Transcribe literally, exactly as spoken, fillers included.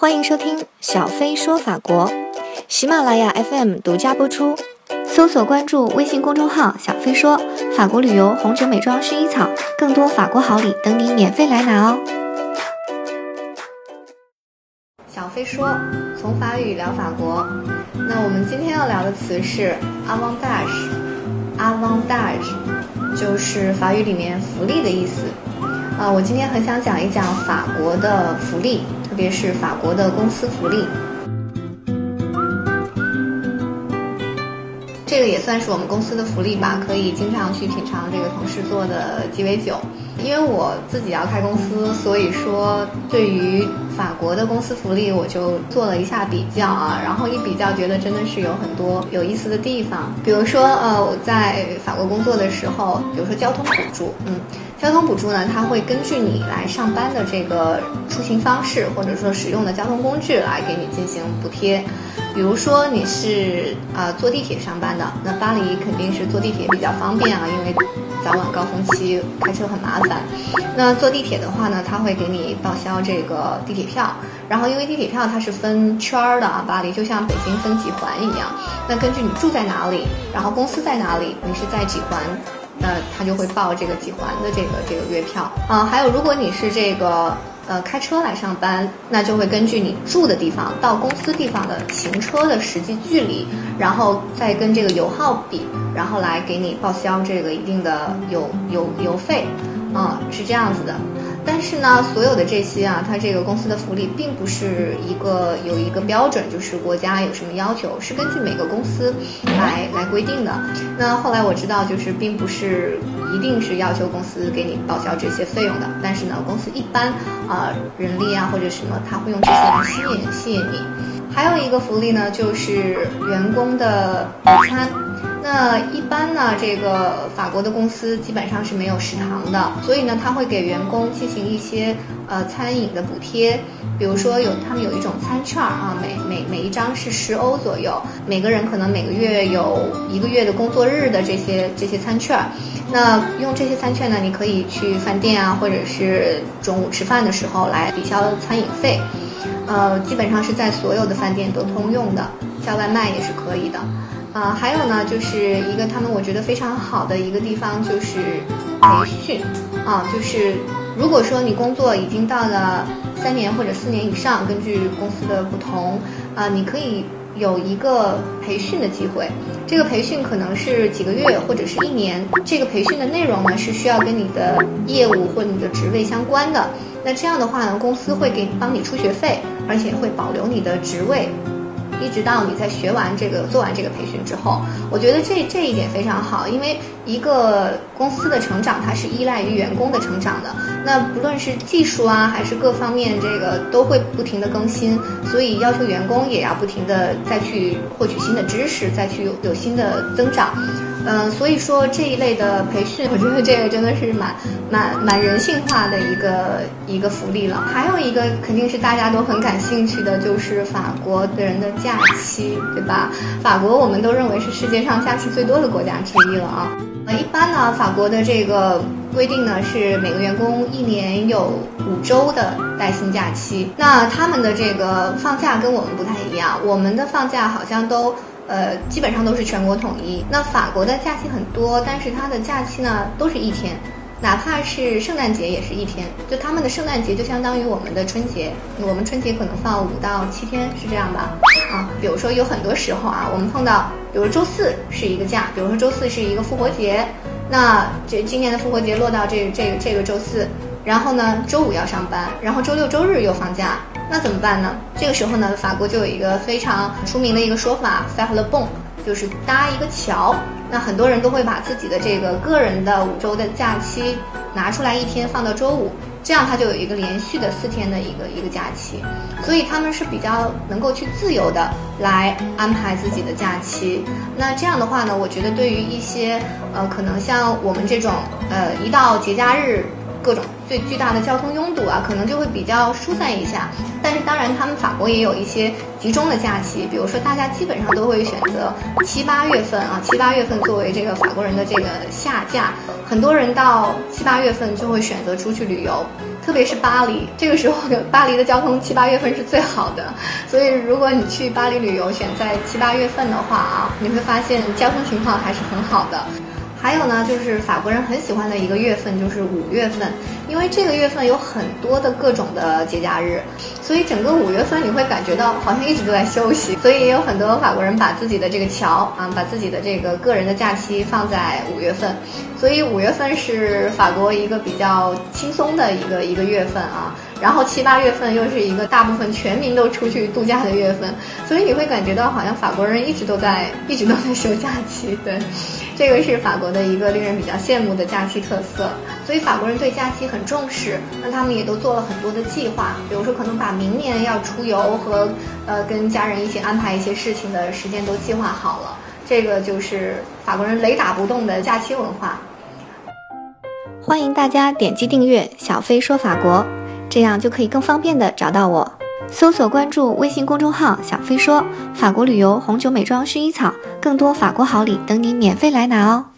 欢迎收听小飞说法国，喜马拉雅 F M 独家播出，搜索关注微信公众号小飞说，法国旅游、红酒、美妆、薰衣草，更多法国好礼等你免费来拿哦。小飞说，从法语聊法国。那我们今天要聊的词是 avantage，avantage 就是法语里面福利的意思。啊，我今天很想讲一讲法国的福利，特别是法国的公司福利。这个也算是我们公司的福利吧，可以经常去品尝这个同事做的鸡尾酒。因为我自己要开公司，所以说对于法国的公司福利我就做了一下比较啊，然后一比较觉得真的是有很多有意思的地方。比如说呃我在法国工作的时候，比如说交通补助，嗯，交通补助呢，它会根据你来上班的这个出行方式或者说使用的交通工具来给你进行补贴。比如说你是呃坐地铁上班的，那巴黎肯定是坐地铁比较方便啊，因为早晚高峰期开车很麻烦。那坐地铁的话呢，它会给你报销这个地铁票，然后因为地铁票它是分圈的啊，巴黎就像北京分几环一样。那根据你住在哪里，然后公司在哪里，你是在几环，那它就会报这个几环的这个这个月票啊。还有如果你是这个呃开车来上班，那就会根据你住的地方到公司地方的行车的实际距离，然后再跟这个油耗比，然后来给你报销这个一定的油油油费啊，是这样子的。但是呢，所有的这些啊，它这个公司的福利并不是一个有一个标准，就是国家有什么要求，是根据每个公司来来规定的。那后来我知道，就是并不是一定是要求公司给你报销这些费用的，但是呢，公司一般啊、呃、人力啊或者什么，他会用这些来吸引吸引你。还有一个福利呢，就是员工的午餐。那一般呢，这个法国的公司基本上是没有食堂的，所以呢，他会给员工进行一些呃餐饮的补贴。比如说有他们有一种餐券啊，每每每一张是十欧左右，每个人可能每个月有一个月的工作日的这些这些餐券。那用这些餐券呢，你可以去饭店啊，或者是中午吃饭的时候来抵消餐饮费。呃，基本上是在所有的饭店都通用的，叫外卖也是可以的。啊、呃，还有呢，就是一个他们我觉得非常好的一个地方就是培训啊，就是如果说你工作已经到了三年或者四年以上，根据公司的不同啊、呃，你可以有一个培训的机会。这个培训可能是几个月或者是一年，这个培训的内容呢是需要跟你的业务或你的职位相关的。那这样的话呢，公司会给帮你出学费，而且会保留你的职位。一直到你在学完这个做完这个培训之后，我觉得这这一点非常好，因为一个公司的成长它是依赖于员工的成长的，那不论是技术啊还是各方面，这个都会不停的更新，所以要求员工也要不停的再去获取新的知识，再去有有新的增长。嗯、呃，所以说这一类的培训，我觉得这个真的是蛮蛮蛮人性化的一个一个福利了。还有一个肯定是大家都很感兴趣的，就是法国的人的假期，对吧？法国我们都认为是世界上假期最多的国家之一了啊。呃，一般呢，法国的这个规定呢是每个员工一年有五周的带薪假期。那他们的这个放假跟我们不太一样，我们的放假好像都。呃，基本上都是全国统一。那法国的假期很多，但是它的假期呢都是一天，哪怕是圣诞节也是一天。就他们的圣诞节就相当于我们的春节，我们春节可能放五到七天，是这样吧？啊，比如说有很多时候啊，我们碰到，比如周四是一个假，比如说周四是一个复活节，那这今年的复活节落到这这个这个周四，然后呢周五要上班，然后周六周日又放假。那怎么办呢？这个时候呢，法国就有一个非常出名的一个说法 faire le pont， 就是搭一个桥。那很多人都会把自己的这个个人的五周的假期拿出来一天放到周五，这样他就有一个连续的四天的一个一个假期。所以他们是比较能够去自由的来安排自己的假期。那这样的话呢，我觉得对于一些呃可能像我们这种呃一到节假日各种最巨大的交通拥堵啊，可能就会比较疏散一下。但是当然他们法国也有一些集中的假期，比如说大家基本上都会选择七八月份啊，七八月份作为这个法国人的这个夏假，很多人到七八月份就会选择出去旅游。 特别是巴黎，这个时候巴黎的交通七八月份是最好的，所以如果你去巴黎旅游选在七八月份的话啊，你会发现交通情况还是很好的。还有呢，就是法国人很喜欢的一个月份就是五月份，因为这个月份有很多的各种的节假日，所以整个五月份你会感觉到好像一直都在休息，所以也有很多法国人把自己的这个桥啊，把自己的这个个人的假期放在五月份，所以五月份是法国一个比较轻松的一个一个月份啊。然后七八月份又是一个大部分全民都出去度假的月份，所以你会感觉到好像法国人一直都在一直都在休假期。对，这个是法国的一个令人比较羡慕的假期特色。所以法国人对假期很重视，那他们也都做了很多的计划，比如说可能把明年要出游和呃跟家人一起安排一些事情的时间都计划好了。这个就是法国人雷打不动的假期文化。 欢迎大家点击订阅小飞说法国，这样就可以更方便的找到我。搜索关注微信公众号小飞说，法国旅游、红酒、美妆、薰衣草，更多法国好礼等你免费来拿哦。